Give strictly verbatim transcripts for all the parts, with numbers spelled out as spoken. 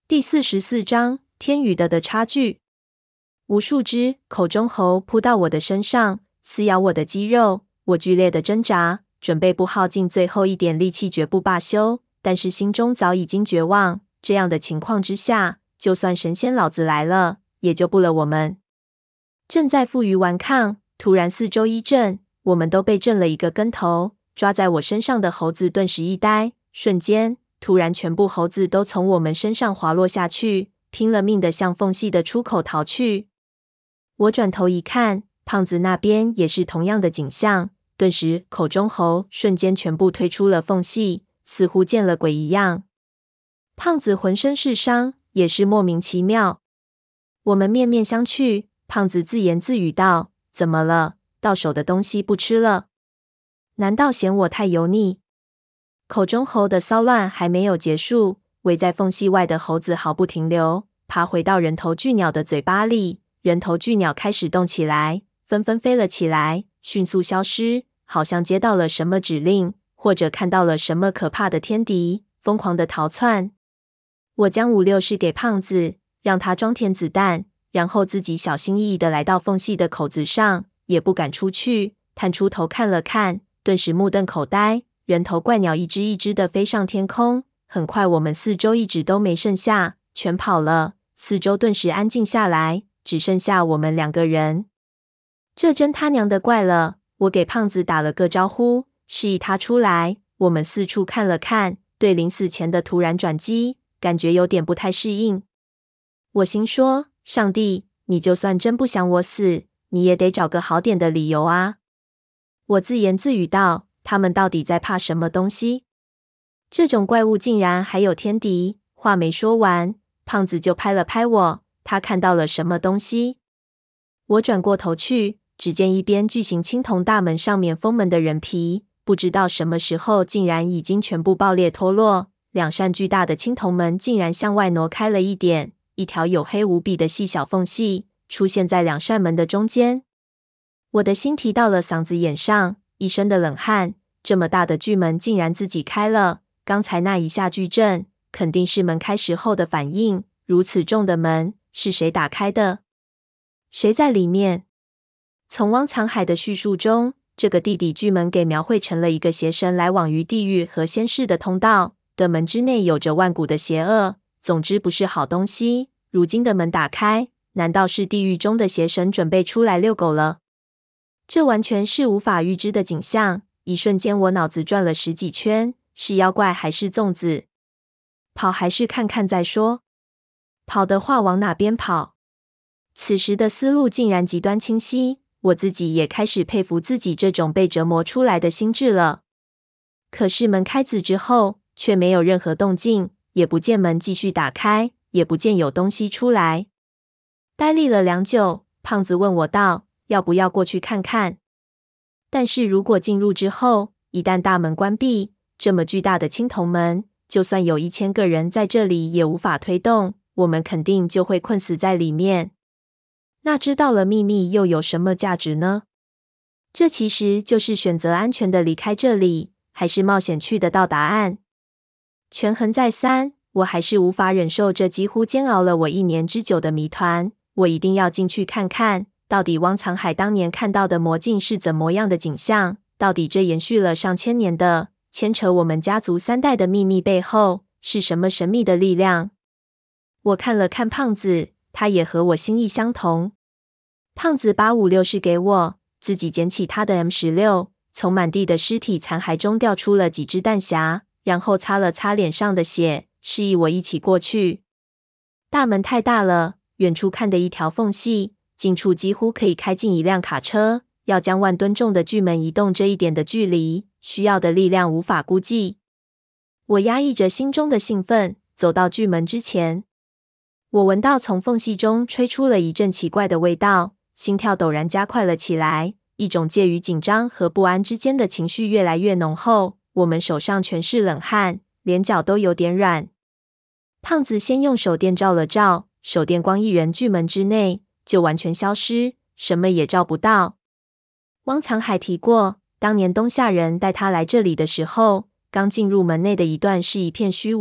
第四十四章天与地的差距。无数只口中猴扑到我的身上，撕咬我的肌肉，我剧烈的挣扎，准备不耗尽最后一点力气绝不罢休，但是心中早已经绝望。这样的情况之下，就算神仙老子来了，也救不了我们。正在负隅顽抗，突然四周一震，我们都被震了一个跟头。抓在我身上的猴子顿时一呆，瞬间，突然全部猴子都从我们身上滑落下去，拼了命的向缝隙的出口逃去。我转头一看，胖子那边也是同样的景象，顿时口中猴瞬间全部退出了缝隙，似乎见了鬼一样。胖子浑身是伤，也是莫名其妙。我们面面相觑，胖子自言自语道：“怎么了？到手的东西不吃了？难道嫌我太油腻？”口中猴的骚乱还没有结束，围在缝隙外的猴子毫不停留，爬回到人头巨鸟的嘴巴里。人头巨鸟开始动起来，纷纷飞了起来，迅速消失，好像接到了什么指令，或者看到了什么可怕的天敌，疯狂的逃窜。我将五六式给胖子，让他装填子弹，然后自己小心翼翼地来到缝隙的口子上，也不敢出去，探出头看了看，顿时目瞪口呆。人头怪鸟一只一只的飞上天空，很快我们四周一只都没剩下，全跑了。四周顿时安静下来，只剩下我们两个人。这真他娘的怪了！我给胖子打了个招呼，示意他出来。我们四处看了看，对临死前的突然转机，感觉有点不太适应。我心说，上帝，你就算真不想我死，你也得找个好点的理由啊！我自言自语道，他们到底在怕什么东西？这种怪物竟然还有天敌！话没说完，胖子就拍了拍我，他看到了什么东西？我转过头去，只见一边巨型青铜大门上面封门的人皮，不知道什么时候竟然已经全部爆裂脱落，两扇巨大的青铜门竟然向外挪开了一点，一条黝黑无比的细小缝隙出现在两扇门的中间。我的心提到了嗓子眼上，一身的冷汗。这么大的巨门竟然自己开了，刚才那一下巨震，肯定是门开时候的反应。如此重的门，是谁打开的？谁在里面？从汪藏海的叙述中，这个地底巨门给描绘成了一个邪神来往于地狱和仙世的通道，的门之内有着万古的邪恶，总之不是好东西。如今的门打开，难道是地狱中的邪神准备出来遛狗了？这完全是无法预知的景象。一瞬间我脑子转了十几圈，是妖怪还是粽子？跑还是看看再说？跑的话往哪边跑？此时的思路竟然极端清晰，我自己也开始佩服自己这种被折磨出来的心智了。可是门开子之后，却没有任何动静，也不见门继续打开，也不见有东西出来。呆立了良久，胖子问我道：“要不要过去看看？”但是如果进入之后，一旦大门关闭，这么巨大的青铜门，就算有一千个人在这里也无法推动，我们肯定就会困死在里面。那知道了秘密又有什么价值呢？这其实就是选择安全的离开这里，还是冒险去得到答案。权衡再三，我还是无法忍受这几乎煎熬了我一年之久的谜团，我一定要进去看看。到底汪藏海当年看到的魔镜是怎么样的景象？到底这延续了上千年的、牵扯我们家族三代的秘密背后，是什么神秘的力量？我看了看胖子，他也和我心意相同。胖子把五六式给我，自己捡起他的 M 十六，从满地的尸体残骸中调出了几支弹匣，然后擦了擦脸上的血，示意我一起过去。大门太大了，远处看的一条缝隙，近处几乎可以开进一辆卡车，要将万吨重的巨门移动这一点的距离，需要的力量无法估计。我压抑着心中的兴奋，走到巨门之前。我闻到从缝隙中吹出了一阵奇怪的味道，心跳陡然加快了起来，一种介于紧张和不安之间的情绪越来越浓厚。我们手上全是冷汗，连脚都有点软。胖子先用手电照了照，手电光一人巨门之内，就完全消失，什么也照不到。汪藏海提过，当年东夏人带他来这里的时候，刚进入门内的一段是一片虚无，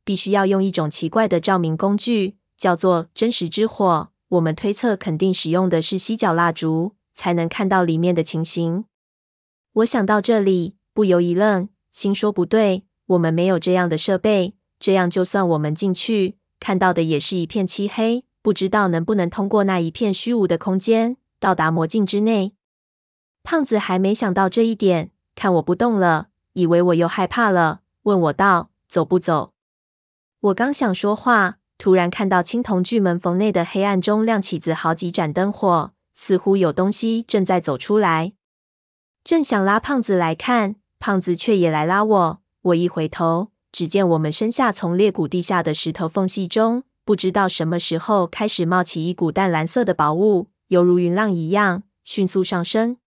必须要用一种奇怪的照明工具，叫做真实之火。我们推测肯定使用的是犀角蜡烛，才能看到里面的情形。我想到这里，不由一愣，心说不对，我们没有这样的设备，这样就算我们进去，看到的也是一片漆黑，不知道能不能通过那一片虚无的空间，到达魔镜之内。胖子还没想到这一点，看我不动了，以为我又害怕了，问我道：“走不走？”我刚想说话，突然看到青铜巨门缝内的黑暗中亮起子好几盏灯火，似乎有东西正在走出来。正想拉胖子来看，胖子却也来拉我。我一回头，只见我们身下从裂谷地下的石头缝隙中，不知道什么时候开始冒起一股淡蓝色的薄雾，犹如云浪一样，迅速上升。